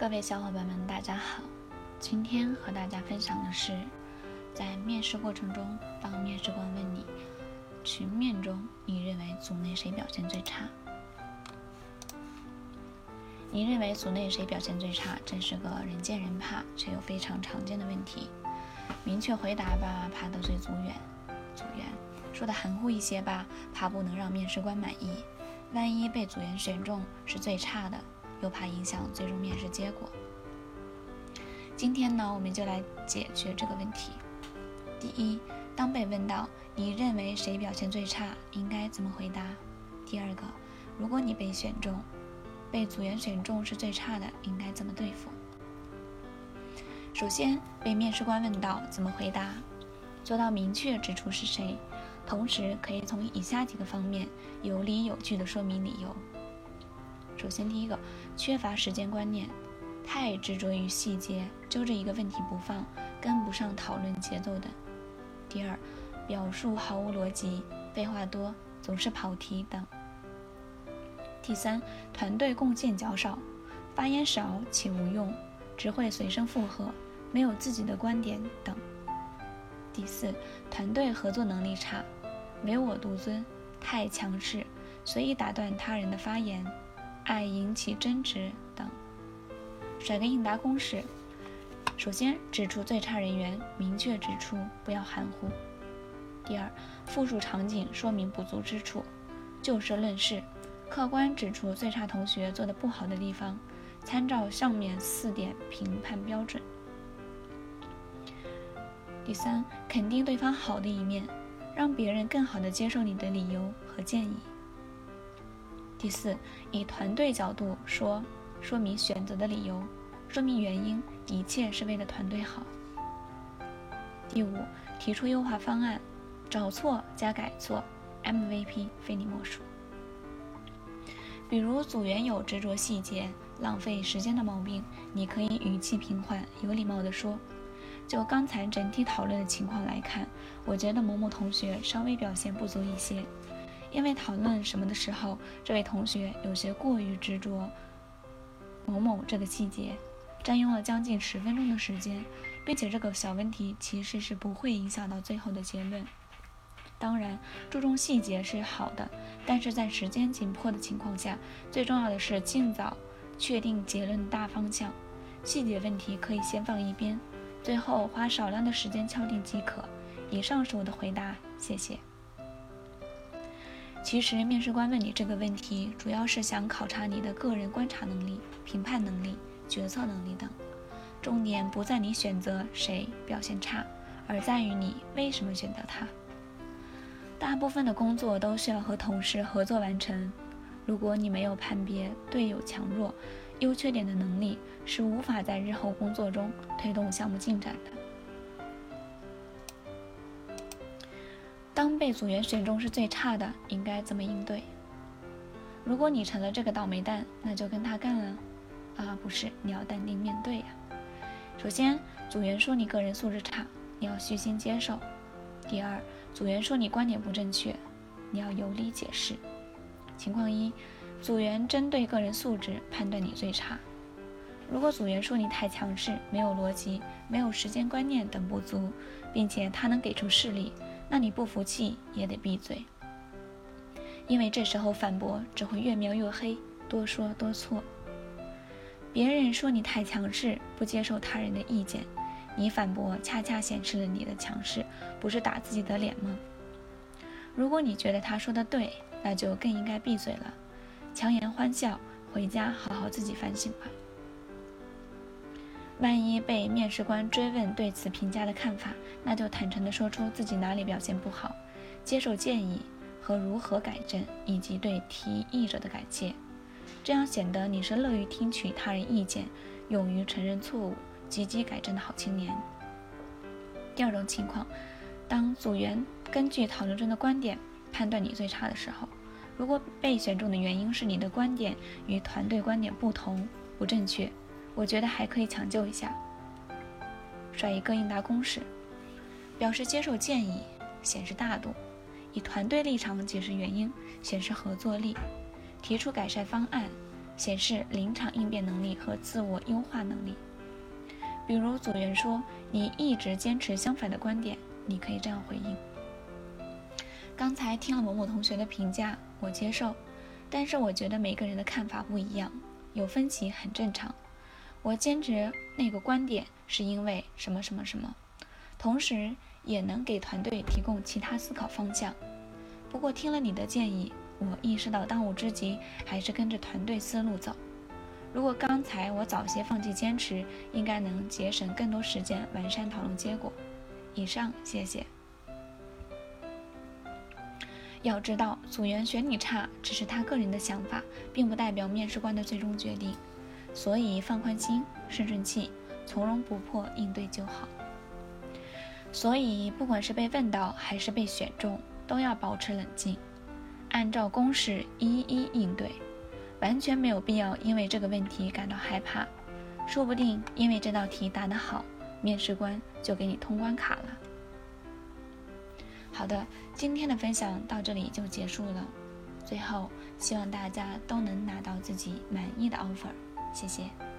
各位小伙伴们，大家好。今天和大家分享的是，在面试过程中，当面试官问你，群面中你认为组内谁表现最差？你认为组内谁表现最差？这是个人见人怕却又非常常见的问题。明确回答吧，怕得罪组员；说的含糊一些吧，怕不能让面试官满意。万一被组员选中是最差的，又怕影响最终面试结果。今天呢，我们就来解决这个问题。第一，当被问到你认为谁表现最差，应该怎么回答？第二个，如果你被组员选中是最差的，应该怎么对付？首先，被面试官问到怎么回答，做到明确指出是谁，同时可以从以下几个方面有理有据地说明理由。首先，第一个，缺乏时间观念，太执着于细节，揪着一个问题不放，跟不上讨论节奏等。第二，表述毫无逻辑，废话多，总是跑题等。第三，团队贡献较少，发言少且无用，只会随声附和，没有自己的观点等。第四，团队合作能力差，唯我独尊，太强势，随意打断他人的发言，爱引起争执等。甩个应答公式，首先指出最差人员，明确指出，不要含糊。第二，复述场景，说明不足之处，就事论事，客观指出最差同学做得不好的地方，参照上面4点评判标准。第三，肯定对方好的一面，让别人更好地接受你的理由和建议。第四，以团队角度说明选择的理由，说明原因，一切是为了团队好。第五，提出优化方案，找错加改错， MVP 非你莫属。比如组员有执着细节、浪费时间的毛病，你可以语气平缓，有礼貌地说，就刚才整体讨论的情况来看，我觉得某某同学稍微表现不足一些，因为讨论什么的时候，这位同学有些过于执着某某这个细节，占用了将近10分钟的时间，并且这个小问题其实是不会影响到最后的结论。当然，注重细节是好的，但是在时间紧迫的情况下，最重要的是尽早确定结论大方向，细节问题可以先放一边，最后花少量的时间敲定即可。以上是我的回答，谢谢。其实面试官问你这个问题，主要是想考察你的个人观察能力、评判能力、决策能力等，重点不在你选择谁表现差，而在于你为什么选择他。大部分的工作都需要和同事合作完成，如果你没有判别队友强弱、优缺点的能力，是无法在日后工作中推动项目进展的。当被组员选中是最差的，应该怎么应对？如果你成了这个倒霉蛋，那就跟他干了不是，你要淡定面对呀。首先，组员说你个人素质差，你要虚心接受。第二，组员说你观点不正确，你要有理解释。情况一，组员针对个人素质判断你最差。如果组员说你太强势、没有逻辑、没有时间观念等不足，并且他能给出事例，那你不服气也得闭嘴，因为这时候反驳只会越描越黑，多说多错。别人说你太强势，不接受他人的意见，你反驳恰恰显示了你的强势，不是打自己的脸吗？如果你觉得他说的对，那就更应该闭嘴了，强颜欢笑，回家好好自己反省吧。万一被面试官追问对此评价的看法，那就坦诚地说出自己哪里表现不好，接受建议和如何改正，以及对提议者的感谢，这样显得你是乐于听取他人意见，勇于承认错误，积极改正的好青年。第二种情况，当组员根据讨论中的观点判断你最差的时候，如果被选中的原因是你的观点与团队观点不同、不正确，我觉得还可以抢救一下。甩一个应答公式，表示接受建议，显示大度，以团队立场解释原因，显示合作力，提出改善方案， 显示临场应变能力和自我优化能力。比如组员说你一直坚持相反的观点，你可以这样回应：刚才听了某某同学的评价，我接受，但是我觉得每个人的看法不一样，有分歧很正常。我坚持那个观点是因为什么什么什么，同时也能给团队提供其他思考方向。不过听了你的建议，我意识到当务之急还是跟着团队思路走。如果刚才我早些放弃坚持，应该能节省更多时间完善讨论结果。以上，谢谢。要知道，组员选你差只是他个人的想法，并不代表面试官的最终决定，所以放宽心，顺顺气，从容不迫应对就好。所以不管是被问到还是被选中，都要保持冷静，按照公式一一应对，完全没有必要因为这个问题感到害怕，说不定因为这道题答得好，面试官就给你通关卡了。好的，今天的分享到这里就结束了。最后，希望大家都能拿到自己满意的 offer，谢谢。